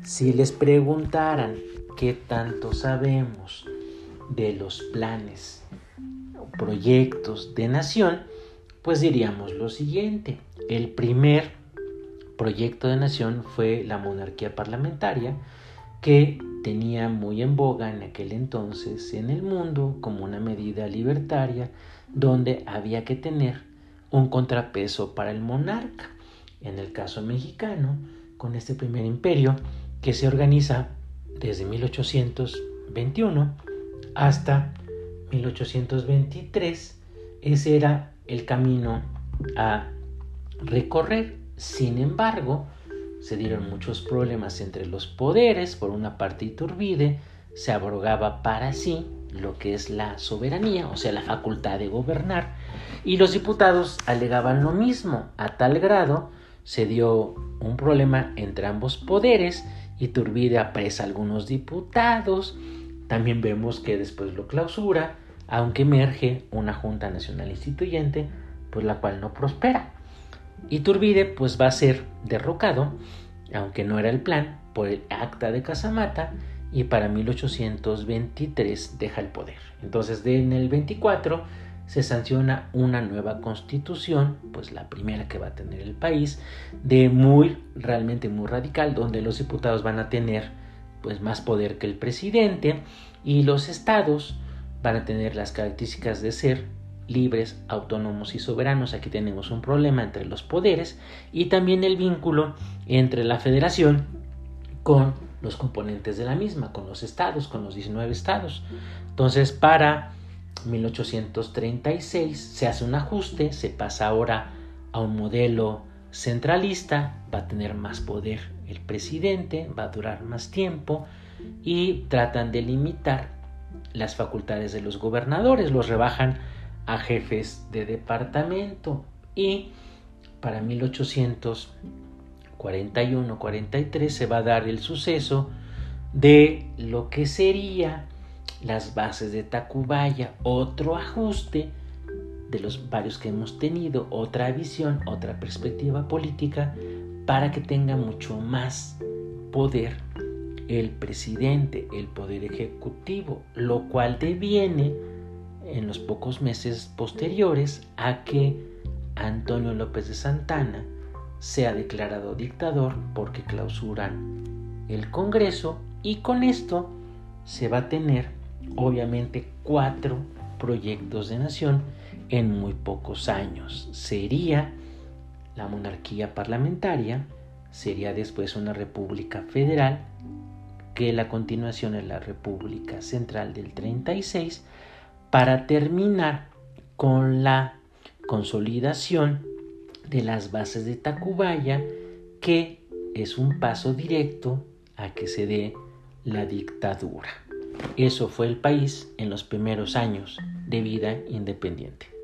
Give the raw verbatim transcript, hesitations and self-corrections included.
Si les preguntaran qué tanto sabemos de los planes o proyectos de nación, pues diríamos lo siguiente. El primer proyecto de nación fue la monarquía parlamentaria, que tenía muy en boga en aquel entonces en el mundo como una medida libertaria donde había que tener un contrapeso para el monarca. En el caso mexicano, con este primer imperio que se organiza desde mil ochocientos veintiuno hasta mil ochocientos veintitrés, ese era el camino a recorrer. Sin embargo, se dieron muchos problemas entre los poderes. Por una parte, Iturbide se abrogaba para sí lo que es la soberanía, o sea, la facultad de gobernar, y los diputados alegaban lo mismo. A tal grado se dio un problema entre ambos poderes. Iturbide apresa a algunos diputados. También vemos que después lo clausura, aunque emerge una Junta Nacional Instituyente, pues la cual no prospera. Iturbide pues va a ser derrocado, aunque no era el plan, por el Acta de Casamata, y para mil ochocientos veintitrés deja el poder. Entonces en el veinticuatro se sanciona una nueva constitución, pues la primera que va a tener el país, de muy, realmente muy radical, donde los diputados van a tener pues más poder que el presidente, y los estados van a tener las características de ser libres, autónomos y soberanos. Aquí tenemos un problema entre los poderes y también el vínculo entre la federación con los componentes de la misma, con los estados, con los diecinueve estados. Entonces, para mil ochocientos treinta y seis se hace un ajuste, se pasa ahora a un modelo centralista, va a tener más poder el presidente, va a durar más tiempo, y tratan de limitar las facultades de los gobernadores, los rebajan a jefes de departamento. Y para mil ochocientos cuarenta y uno cuarenta y tres se va a dar el suceso de lo que sería las bases de Tacubaya, otro ajuste de los varios que hemos tenido, otra visión, otra perspectiva política, para que tenga mucho más poder el presidente, el poder ejecutivo, lo cual deviene en los pocos meses posteriores a que Antonio López de Santana sea declarado dictador, porque clausuran el Congreso, y con esto se va a tener obviamente cuatro proyectos de nación en muy pocos años. Sería la monarquía parlamentaria, sería después una república federal, que la continuación es la República Central del treinta y seis, para terminar con la consolidación de las bases de Tacubaya, que es un paso directo a que se dé la dictadura. Eso fue el país en los primeros años de vida independiente.